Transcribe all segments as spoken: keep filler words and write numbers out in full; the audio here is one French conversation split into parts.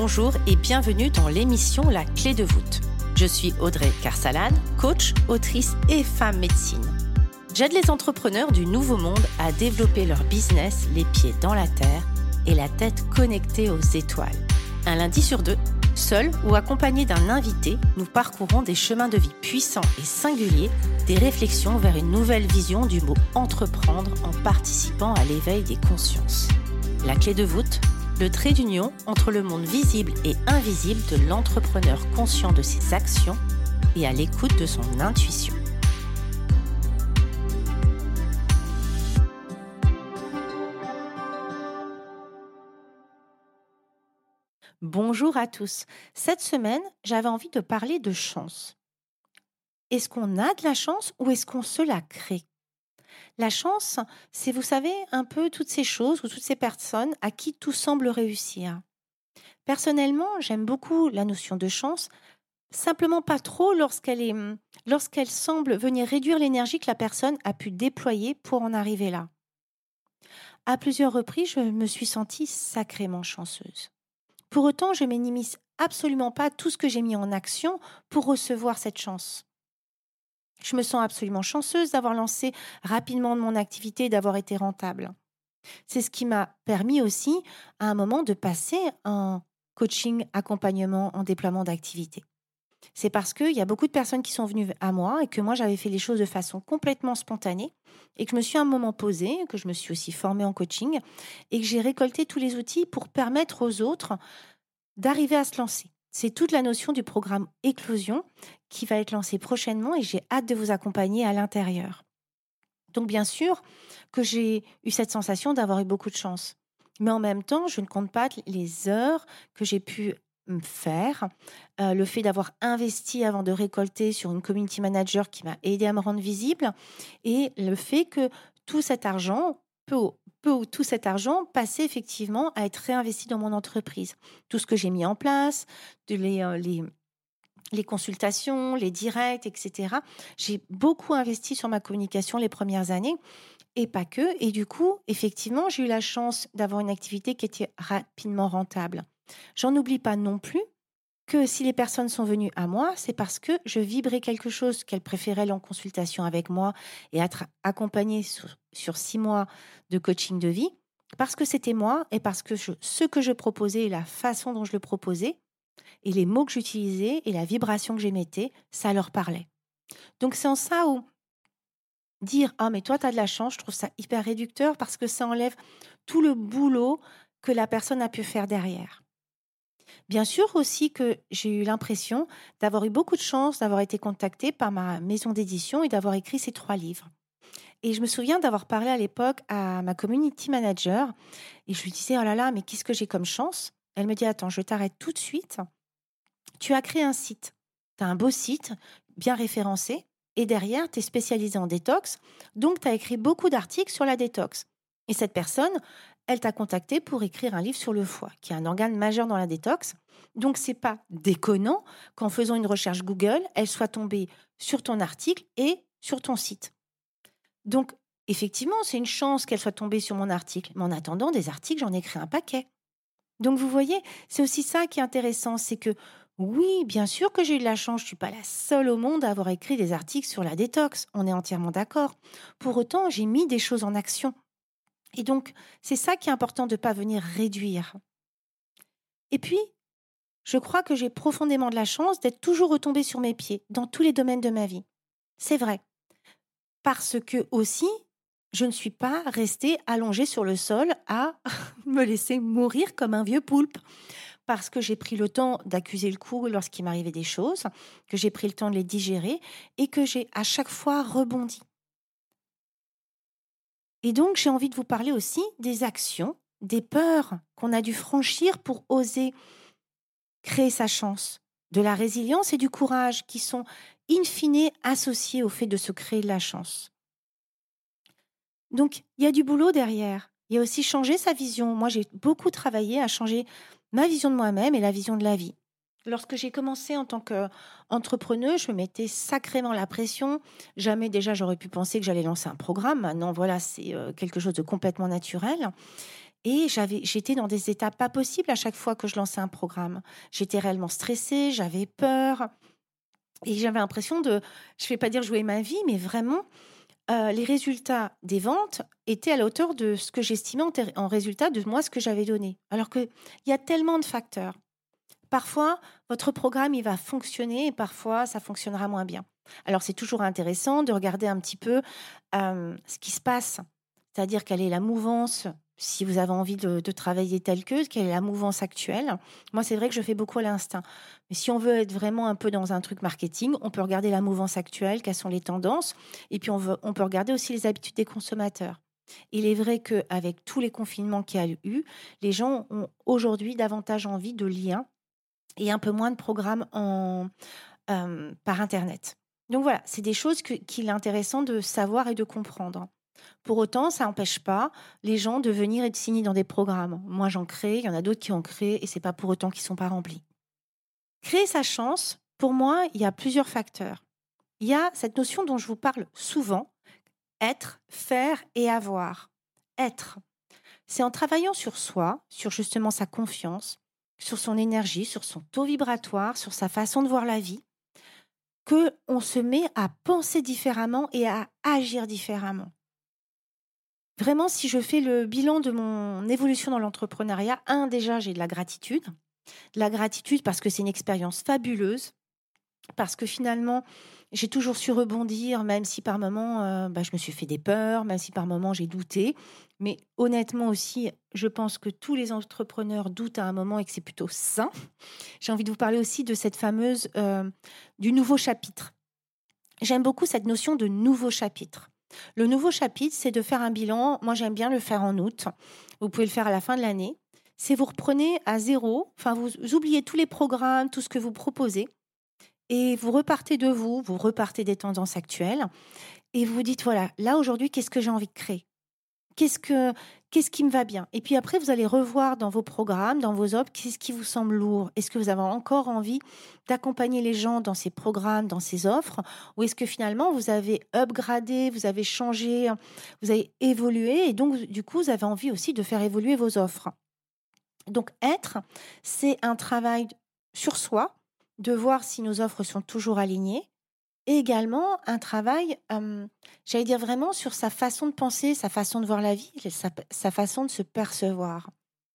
Bonjour et bienvenue dans l'émission La Clé de voûte. Je suis Audrey Carsalade, coach, autrice et femme médecine. J'aide les entrepreneurs du nouveau monde à développer leur business les pieds dans la terre et la tête connectée aux étoiles. Un lundi sur deux, seul ou accompagné d'un invité, nous parcourons des chemins de vie puissants et singuliers, des réflexions vers une nouvelle vision du mot entreprendre en participant à l'éveil des consciences. La clé de voûte, le trait d'union entre le monde visible et invisible de l'entrepreneur conscient de ses actions et à l'écoute de son intuition. Bonjour à tous. Cette semaine, j'avais envie de parler de chance. Est-ce qu'on a de la chance ou est-ce qu'on se la crée ? La chance, c'est, vous savez, un peu toutes ces choses ou toutes ces personnes à qui tout semble réussir. Personnellement, j'aime beaucoup la notion de chance, simplement pas trop lorsqu'elle est, lorsqu'elle semble venir réduire l'énergie que la personne a pu déployer pour en arriver là. À plusieurs reprises, je me suis sentie sacrément chanceuse. Pour autant, je minimise absolument pas tout ce que j'ai mis en action pour recevoir cette chance. Je me sens absolument chanceuse d'avoir lancé rapidement mon activité et d'avoir été rentable. C'est ce qui m'a permis aussi, à un moment, de passer en coaching, accompagnement, en déploiement d'activité. C'est parce qu'il y a beaucoup de personnes qui sont venues à moi et que moi, j'avais fait les choses de façon complètement spontanée et que je me suis à un moment posée, que je me suis aussi formée en coaching et que j'ai récolté tous les outils pour permettre aux autres d'arriver à se lancer. C'est toute la notion du programme Éclosion qui va être lancé prochainement et j'ai hâte de vous accompagner à l'intérieur. Donc bien sûr que j'ai eu cette sensation d'avoir eu beaucoup de chance. Mais en même temps, je ne compte pas les heures que j'ai pu faire, euh, le fait d'avoir investi avant de récolter sur une community manager qui m'a aidé à me rendre visible et le fait que tout cet argent peut peu ou tout cet argent passait effectivement à être réinvesti dans mon entreprise. Tout ce que j'ai mis en place, de les, euh, les, les consultations, les directs, et cetera. J'ai beaucoup investi sur ma communication les premières années et pas que. Et du coup, effectivement, j'ai eu la chance d'avoir une activité qui était rapidement rentable. J'en oublie pas non plus que si les personnes sont venues à moi, c'est parce que je vibrais quelque chose qu'elles préféraient en consultation avec moi et être accompagnées sur, sur six mois de coaching de vie, parce que c'était moi et parce que je, ce que je proposais et la façon dont je le proposais et les mots que j'utilisais et la vibration que j'émettais, ça leur parlait. Donc c'est en ça où dire « Ah mais toi tu as de la chance », je trouve ça hyper réducteur parce que ça enlève tout le boulot que la personne a pu faire derrière. Bien sûr aussi que j'ai eu l'impression d'avoir eu beaucoup de chance d'avoir été contactée par ma maison d'édition et d'avoir écrit ces trois livres. Et je me souviens d'avoir parlé à l'époque à ma community manager et je lui disais « Oh là là, mais qu'est-ce que j'ai comme chance ?» Elle me dit « Attends, je t'arrête tout de suite. Tu as créé un site. Tu as un beau site, bien référencé et derrière, tu es spécialisé en détox. Donc, tu as écrit beaucoup d'articles sur la détox. Et cette personne, elle t'a contacté pour écrire un livre sur le foie, qui est un organe majeur dans la détox. Donc, c'est pas déconnant qu'en faisant une recherche Google, elle soit tombée sur ton article et sur ton site. Donc, effectivement, c'est une chance qu'elle soit tombée sur mon article. Mais en attendant, des articles, j'en ai écrit un paquet. Donc, vous voyez, c'est aussi ça qui est intéressant, c'est que oui, bien sûr que j'ai eu de la chance, je ne suis pas la seule au monde à avoir écrit des articles sur la détox. On est entièrement d'accord. Pour autant, j'ai mis des choses en action. Et donc, c'est ça qui est important de ne pas venir réduire. Et puis, je crois que j'ai profondément de la chance d'être toujours retombée sur mes pieds dans tous les domaines de ma vie. C'est vrai. Parce que aussi, je ne suis pas restée allongée sur le sol à me laisser mourir comme un vieux poulpe. Parce que j'ai pris le temps d'accuser le coup lorsqu'il m'arrivait des choses, que j'ai pris le temps de les digérer et que j'ai à chaque fois rebondi. Et donc, j'ai envie de vous parler aussi des actions, des peurs qu'on a dû franchir pour oser créer sa chance, de la résilience et du courage qui sont in fine associés au fait de se créer de la chance. Donc, il y a du boulot derrière. Il y a aussi changer sa vision. Moi, j'ai beaucoup travaillé à changer ma vision de moi-même et la vision de la vie. Lorsque j'ai commencé en tant qu'entrepreneuse, je me mettais sacrément la pression. Jamais déjà j'aurais pu penser que j'allais lancer un programme. Maintenant, voilà, c'est quelque chose de complètement naturel. et j'avais j'étais dans des états pas possibles à chaque fois que je lançais un programme. J'étais réellement stressée, j'avais peur et j'avais l'impression de je ne vais pas dire jouer ma vie, mais vraiment, heu, les résultats des ventes étaient à la hauteur de ce que j'estimais en ter en résultat de moi, ce que j'avais donné. Alors qu'il y a tellement de facteurs. Parfois, votre programme, il va fonctionner et parfois, ça fonctionnera moins bien. Alors, c'est toujours intéressant de regarder un petit peu, hem, ce qui se passe. C'est-à-dire quelle est la mouvance, si vous avez envie de de travailler tel que, quelle est la mouvance actuelle. Moi, c'est vrai que je fais beaucoup à l'instinct. Mais si on veut être vraiment un peu dans un truc marketing, on peut regarder la mouvance actuelle, quelles sont les tendances et puis on veut on peut regarder aussi les habitudes des consommateurs. Il est vrai qu'avec tous les confinements qu'il y a eu, les gens ont aujourd'hui davantage envie de liens et un peu moins de programmes en, hem, par internet. Donc voilà, c'est des choses que qu'il est intéressant de savoir et de comprendre. Pour autant, ça n'empêche pas les gens de venir et de signer dans des programmes. Moi, j'en crée, il y en a d'autres qui en créent et c'est pas pour autant qu'ils sont pas remplis. Créer sa chance, pour moi, il y a plusieurs facteurs. Il y a cette notion dont je vous parle souvent, être, faire et avoir. Être, c'est en travaillant sur soi, sur justement sa confiance, sur son énergie, sur son taux vibratoire, sur sa façon de voir la vie, que on se met à penser différemment et à agir différemment. Vraiment, si je fais le bilan de mon évolution dans l'entrepreneuriat, un, déjà, j'ai de la gratitude. De la gratitude parce que c'est une expérience fabuleuse, parce que finalement, j'ai toujours su rebondir, même si par moments, heu, bah, je me suis fait des peurs, même si par moments j'ai douté. Mais honnêtement aussi, je pense que tous les entrepreneurs doutent à un moment et que c'est plutôt sain. J'ai envie de vous parler aussi de cette fameuse, heu, du nouveau chapitre. J'aime beaucoup cette notion de nouveau chapitre. Le nouveau chapitre, c'est de faire un bilan. Moi, j'aime bien le faire en août. Vous pouvez le faire à la fin de l'année. C'est vous reprenez à zéro, enfin vous vous oubliez tous les programmes, tout ce que vous proposez et vous repartez de vous, vous repartez des tendances actuelles et vous vous dites: «Voilà, là aujourd'hui, qu'est-ce que j'ai envie de créer? Qu'est-ce que qu'est-ce qui me va bien?» Et puis après, vous allez revoir dans vos programmes, dans vos offres, qu'est-ce qui vous semble lourd? Est-ce que vous avez encore envie d'accompagner les gens dans ces programmes, dans ces offres? Ou est-ce que finalement vous avez upgradé, vous avez changé, vous avez évolué et donc du coup, vous avez envie aussi de faire évoluer vos offres? Donc être, c'est un travail sur soi, de voir si nos offres sont toujours alignées et également un travail, hem, j'allais dire vraiment sur sa façon de penser, sa façon de voir la vie, sa sa façon de se percevoir.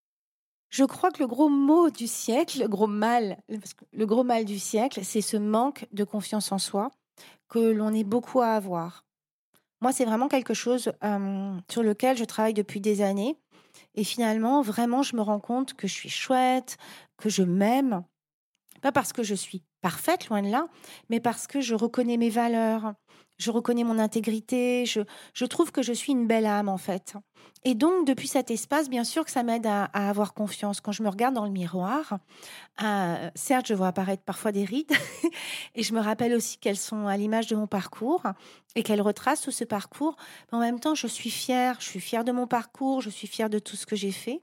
Je crois que le gros mot du siècle, le gros mal, parce que le gros mal du siècle, c'est ce manque de confiance en soi que l'on est beaucoup à avoir. Moi, c'est vraiment quelque chose, hem, sur lequel je travaille depuis des années et finalement, vraiment, je me rends compte que je suis chouette, que je m'aime. Pas parce que je suis parfaite, loin de là, mais parce que je reconnais mes valeurs, je reconnais mon intégrité, je je trouve que je suis une belle âme, en fait. Et donc depuis cet espace, bien sûr que ça m'aide à à avoir confiance. Quand je me regarde dans le miroir, heu, certes, je vois apparaître parfois des rides et je me rappelle aussi qu'elles sont à l'image de mon parcours et qu'elles retracent tout ce parcours. Mais en même temps, je suis fière, je suis fière de mon parcours, je suis fière de tout ce que j'ai fait.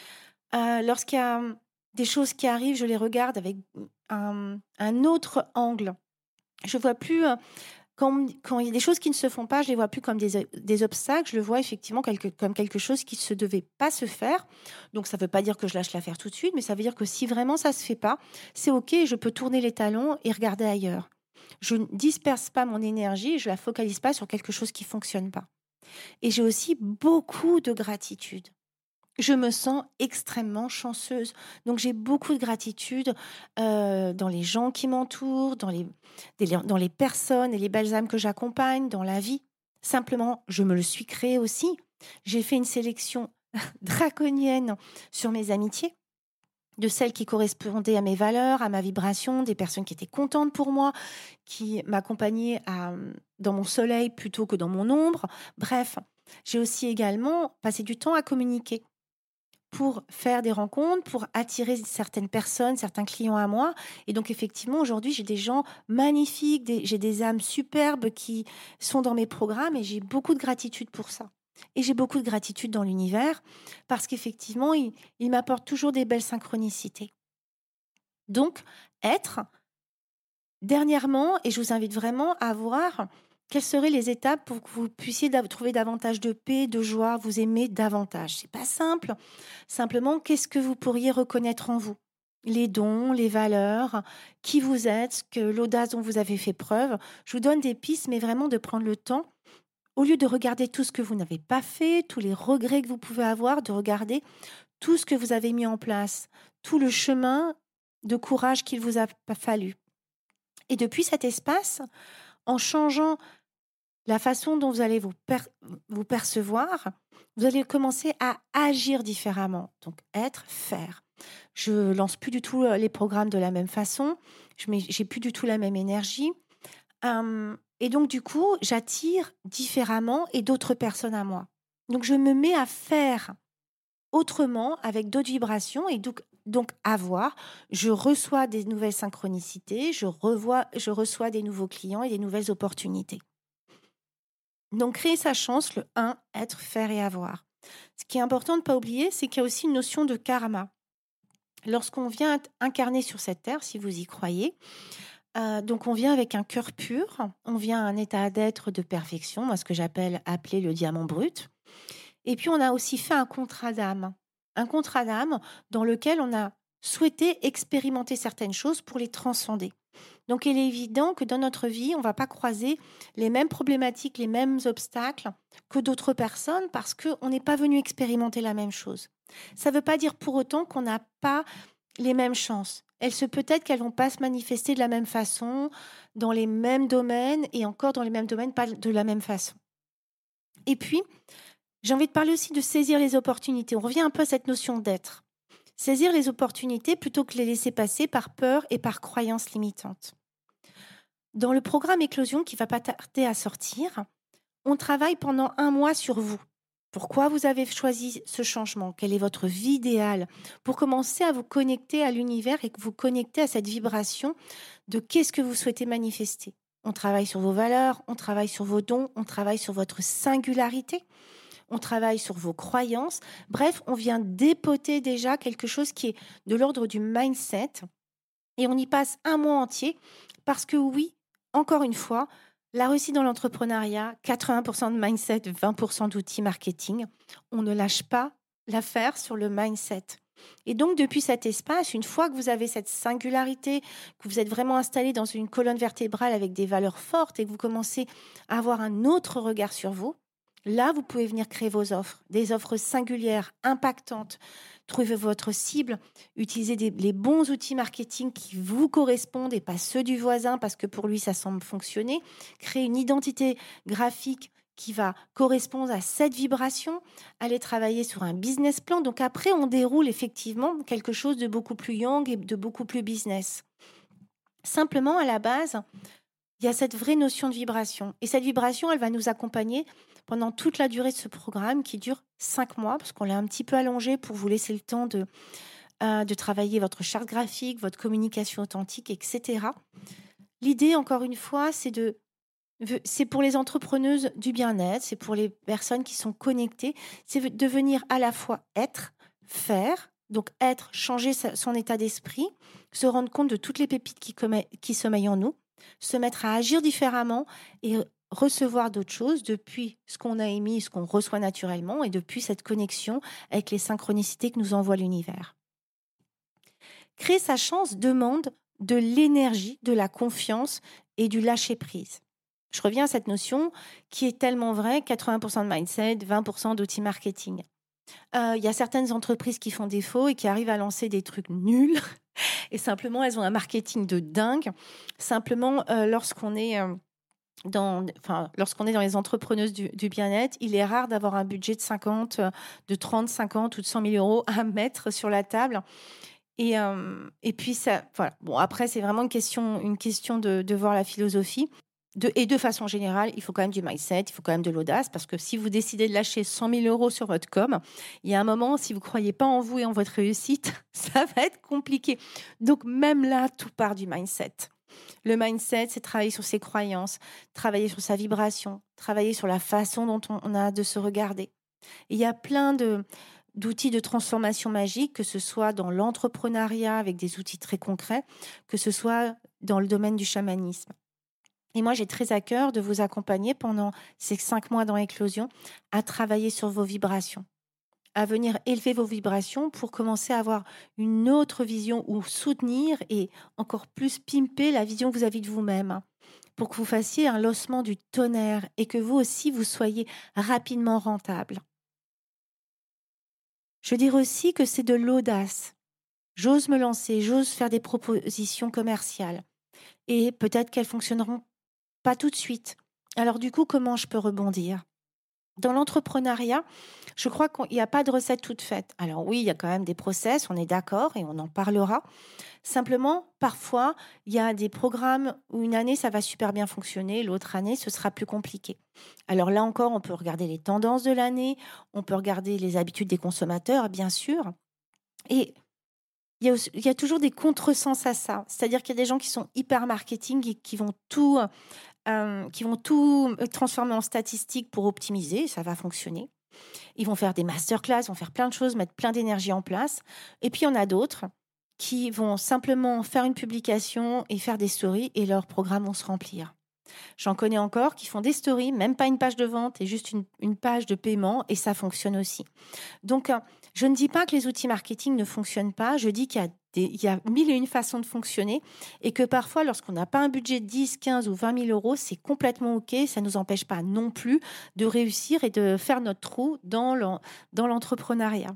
Heu, lorsqu'il y a, mmh, des choses qui arrivent, je les regarde avec, mmh, un un autre angle. Je vois plus, heu, quand quand il y a des choses qui ne se font pas, je les vois plus comme des des obstacles, je le vois effectivement quelque comme quelque chose qui se devait pas se faire. Donc ça veut pas dire que je lâche l'affaire tout de suite, mais ça veut dire que si vraiment ça se fait pas, c'est OK, je peux tourner les talons et regarder ailleurs. Je ne disperse pas mon énergie, je la focalise pas sur quelque chose qui fonctionne pas. Et j'ai aussi beaucoup de gratitude. Je me sens extrêmement chanceuse. Donc j'ai beaucoup de gratitude, heu, dans les gens qui m'entourent, dans les des dans les personnes et les belles âmes que j'accompagne, dans la vie. Simplement, je me le suis créé aussi. J'ai fait une sélection draconienne sur mes amitiés, de celles qui correspondaient à mes valeurs, à ma vibration, des personnes qui étaient contentes pour moi, qui m'accompagnaient à, mmh, dans mon soleil plutôt que dans mon ombre. Bref, j'ai aussi également passé du temps à communiquer pour faire des rencontres, pour attirer certaines personnes, certains clients à moi. Et donc effectivement, aujourd'hui, j'ai des gens magnifiques, des j'ai des âmes superbes qui sont dans mes programmes et j'ai beaucoup de gratitude pour ça. Et j'ai beaucoup de gratitude dans l'univers parce qu'effectivement, il il m'apporte toujours des belles synchronicités. Donc être, dernièrement, et je vous invite vraiment à voir, Quelles seraient les étapes pour que vous puissiez dav- trouver davantage de paix, de joie, vous aimer davantage? C'est pas simple. Simplement, qu'est-ce que vous pourriez reconnaître en vous? Les dons, les valeurs, qui vous êtes, ce que l'audace dont vous avez fait preuve. Je vous donne des pistes, mais vraiment de prendre le temps, au lieu de regarder tout ce que vous n'avez pas fait, tous les regrets que vous pouvez avoir, de regarder tout ce que vous avez mis en place, tout le chemin de courage qu'il vous a pas fallu. Et depuis cet espace, en changeant la façon dont vous allez vous, per- vous percevoir, vous allez commencer à agir différemment. Donc, être, faire. Je lance plus du tout euh, les programmes de la même façon. Je mets, j'ai plus du tout la même énergie. Hum, et donc, du coup, j'attire différemment et d'autres personnes à moi. Donc, je me mets à faire autrement avec d'autres vibrations et donc, donc avoir. Je reçois des nouvelles synchronicités, je, revois, je reçois des nouveaux clients et des nouvelles opportunités. Donc, créer sa chance, le un, être, faire et avoir. Ce qui est important de ne pas oublier, c'est qu'il y a aussi une notion de karma. Lorsqu'on vient incarner sur cette terre, si vous y croyez, euh, donc on vient avec un cœur pur, on vient à un état d'être de perfection, moi ce que j'appelle appeler le diamant brut. Et puis on a aussi fait un contrat d'âme, un contrat d'âme dans lequel on a souhaité expérimenter certaines choses pour les transcender. Donc il est évident que dans notre vie, on ne va pas croiser les mêmes problématiques, les mêmes obstacles que d'autres personnes parce qu'on n'est pas venu expérimenter la même chose. Ça ne veut pas dire pour autant qu'on n'a pas les mêmes chances. Elles se peut-être qu'elles vont pas se manifester de la même façon, dans les mêmes domaines et encore dans les mêmes domaines, pas de la même façon. Et puis, j'ai envie de parler aussi de saisir les opportunités. On revient un peu à cette notion d'être. Saisir les opportunités plutôt que les laisser passer par peur et par croyances limitantes. Dans le programme Éclosion qui va pas tarder à sortir, on travaille pendant un mois sur vous. Pourquoi vous avez choisi ce changement? Quelle est votre vie idéale? Pour commencer à vous connecter à l'univers et que vous connecter à cette vibration de qu'est-ce que vous souhaitez manifester. On travaille sur vos valeurs, on travaille sur vos dons, on travaille sur votre singularité, on travaille sur vos croyances. Bref, on vient dépoter déjà quelque chose qui est de l'ordre du mindset et on y passe un mois entier parce que oui, encore une fois, la réussite dans l'entrepreneuriat, quatre-vingts pour cent de mindset, vingt pour cent d'outils marketing. On ne lâche pas l'affaire sur le mindset. Et donc, depuis cet espace, une fois que vous avez cette singularité, que vous êtes vraiment installé dans une colonne vertébrale avec des valeurs fortes et que vous commencez à avoir un autre regard sur vous, là, vous pouvez venir créer vos offres, des offres singulières, impactantes. Trouvez votre cible, utilisez des, les bons outils marketing qui vous correspondent et pas ceux du voisin parce que pour lui, ça semble fonctionner. Créez une identité graphique qui va correspondre à cette vibration. Allez travailler sur un business plan. Donc après, on déroule effectivement quelque chose de beaucoup plus young et de beaucoup plus business. Simplement, à la base, il y a cette vraie notion de vibration. Et cette vibration, elle va nous accompagner pendant toute la durée de ce programme qui dure cinq mois, parce qu'on l'a un petit peu allongé pour vous laisser le temps de, euh, de travailler votre charte graphique, votre communication authentique, et cetera. L'idée, encore une fois, c'est de c'est pour les entrepreneuses du bien-être, c'est pour les personnes qui sont connectées, c'est de venir à la fois être, faire, donc être, changer sa, son état d'esprit, se rendre compte de toutes les pépites qui, commet, qui sommeillent en nous, se mettre à agir différemment et recevoir d'autres choses depuis ce qu'on a émis, ce qu'on reçoit naturellement et depuis cette connexion avec les synchronicités que nous envoie l'univers. Créer sa chance demande de l'énergie, de la confiance et du lâcher-prise. Je reviens à cette notion qui est tellement vraie, quatre-vingts pour cent de mindset, vingt pour cent d'outils marketing. Il euh, y a certaines entreprises qui font défaut et qui arrivent à lancer des trucs nuls et simplement elles ont un marketing de dingue. Simplement, euh, lorsqu'on est... Euh, Dans, enfin, lorsqu'on est dans les entrepreneuses du, du bien-être, il est rare d'avoir un budget de cinquante, de trente, cinquante ou de cent mille euros à mettre sur la table. Et, euh, et puis, ça, voilà. Bon, après, c'est vraiment une question, une question de, de voir la philosophie. De, et de façon générale, il faut quand même du mindset, il faut quand même de l'audace, parce que si vous décidez de lâcher cent mille euros sur votre com, il y a un moment, si vous ne croyez pas en vous et en votre réussite, ça va être compliqué. Donc, même là, tout part du mindset. Le mindset, c'est travailler sur ses croyances, travailler sur sa vibration, travailler sur la façon dont on a de se regarder. Et il y a plein de, d'outils de transformation magique, que ce soit dans l'entrepreneuriat avec des outils très concrets, que ce soit dans le domaine du chamanisme. Et moi, j'ai très à cœur de vous accompagner pendant ces cinq mois dans l'éclosion à travailler sur vos vibrations, à venir élever vos vibrations pour commencer à avoir une autre vision ou soutenir et encore plus pimper la vision que vous avez de vous-même, pour que vous fassiez un lancement du tonnerre et que vous aussi, vous soyez rapidement rentable. Je dirais aussi que c'est de l'audace. J'ose me lancer, j'ose faire des propositions commerciales et peut-être qu'elles fonctionneront pas tout de suite. Alors du coup, comment je peux rebondir ? Dans l'entrepreneuriat, je crois qu'il n'y a pas de recette toute faite. Alors oui, il y a quand même des process, on est d'accord et on en parlera. Simplement, parfois, il y a des programmes où une année, ça va super bien fonctionner, l'autre année, ce sera plus compliqué. Alors là encore, on peut regarder les tendances de l'année, on peut regarder les habitudes des consommateurs, bien sûr. Et il y a, aussi- il y a toujours des contresens à ça. C'est-à-dire qu'il y a des gens qui sont hyper marketing et qui vont tout euh, qui vont tout transformer en statistiques pour optimiser, ça va fonctionner. Ils vont faire des masterclass, vont faire plein de choses, mettre plein d'énergie en place. Et puis, il y en a d'autres qui vont simplement faire une publication et faire des stories et leurs programmes vont se remplir. J'en connais encore qui font des stories, même pas une page de vente et juste une, une page de paiement et ça fonctionne aussi. Donc, euh, je ne dis pas que les outils marketing ne fonctionnent pas, je dis qu'il y a, des, il y a mille et une façons de fonctionner et que parfois, lorsqu'on n'a pas un budget de dix, quinze ou vingt mille euros, c'est complètement OK, ça ne nous empêche pas non plus de réussir et de faire notre trou dans, le, dans l'entrepreneuriat.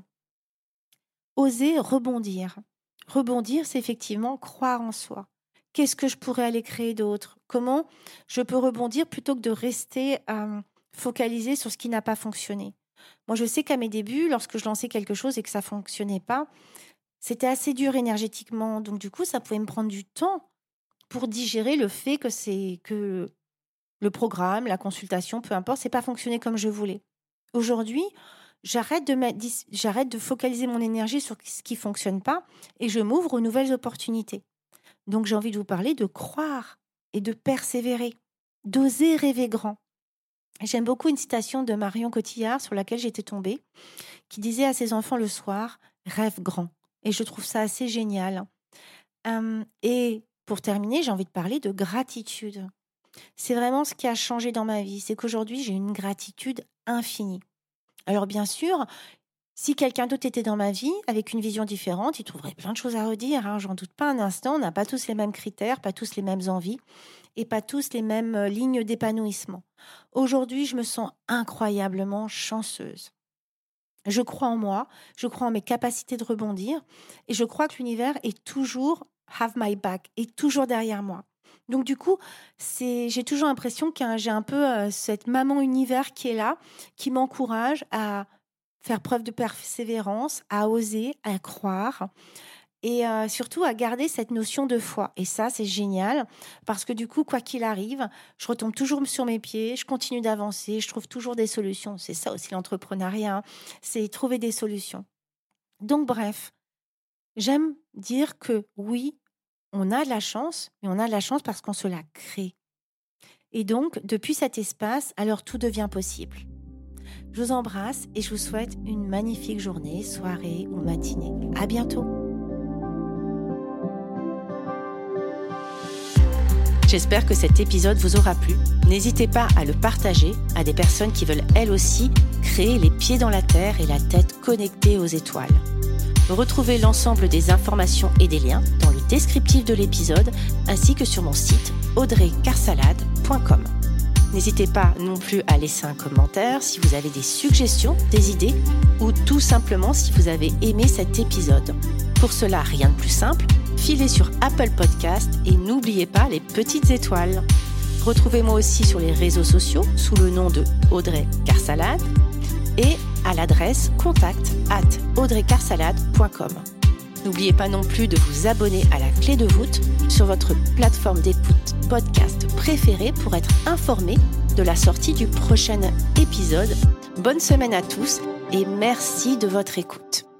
Oser rebondir. Rebondir, c'est effectivement croire en soi. Qu'est-ce que je pourrais aller créer d'autre ? Comment je peux rebondir plutôt que de rester euh, focalisé sur ce qui n'a pas fonctionné ? Moi, je sais qu'à mes débuts, lorsque je lançais quelque chose et que ça ne fonctionnait pas, c'était assez dur énergétiquement. Donc, du coup, ça pouvait me prendre du temps pour digérer le fait que, c'est, que le programme, la consultation, peu importe, c'est pas fonctionné comme je voulais. Aujourd'hui, j'arrête de, mettre, j'arrête de focaliser mon énergie sur ce qui ne fonctionne pas et je m'ouvre aux nouvelles opportunités. Donc, j'ai envie de vous parler de croire et de persévérer, d'oser rêver grand. J'aime beaucoup une citation de Marion Cotillard sur laquelle j'étais tombée, qui disait à ses enfants le soir, rêve grand. Et je trouve ça assez génial. Euh, et pour terminer, j'ai envie de parler de gratitude. C'est vraiment ce qui a changé dans ma vie. C'est qu'aujourd'hui, j'ai une gratitude infinie. Alors bien sûr, si quelqu'un d'autre était dans ma vie, avec une vision différente, il trouverait plein de choses à redire, hein, j'en doute pas un instant. On n'a pas tous les mêmes critères, pas tous les mêmes envies et pas tous les mêmes lignes d'épanouissement. Aujourd'hui, je me sens incroyablement chanceuse. Je crois en moi, je crois en mes capacités de rebondir et je crois que l'univers est toujours have my back, est toujours derrière moi. Donc du coup, c'est, j'ai toujours l'impression que j'ai un peu euh, cette maman univers qui est là, qui m'encourage à faire preuve de persévérance, à oser, à croire et euh, surtout à garder cette notion de foi. Et ça, c'est génial parce que du coup, quoi qu'il arrive, je retombe toujours sur mes pieds, je continue d'avancer, je trouve toujours des solutions. C'est ça aussi l'entrepreneuriat, hein, c'est trouver des solutions. Donc bref, j'aime dire que oui, on a de la chance, mais on a de la chance parce qu'on se la crée. Et donc, depuis cet espace, alors tout devient possible. Je vous embrasse et je vous souhaite une magnifique journée, soirée ou matinée. À bientôt. J'espère que cet épisode vous aura plu. N'hésitez pas à le partager à des personnes qui veulent elles aussi créer les pieds dans la terre et la tête connectée aux étoiles. Retrouvez l'ensemble des informations et des liens dans le descriptif de l'épisode ainsi que sur mon site audrey carsalade point com. N'hésitez pas non plus à laisser un commentaire si vous avez des suggestions, des idées ou tout simplement si vous avez aimé cet épisode. Pour cela, rien de plus simple, filez sur Apple Podcast et n'oubliez pas les petites étoiles. Retrouvez-moi aussi sur les réseaux sociaux sous le nom de Audrey Carsalade et à l'adresse contact arobase audrey carsalade point com. N'oubliez pas non plus de vous abonner à la clé de voûte sur votre plateforme d'écoute podcast préférée pour être informé de la sortie du prochain épisode. Bonne semaine à tous et merci de votre écoute.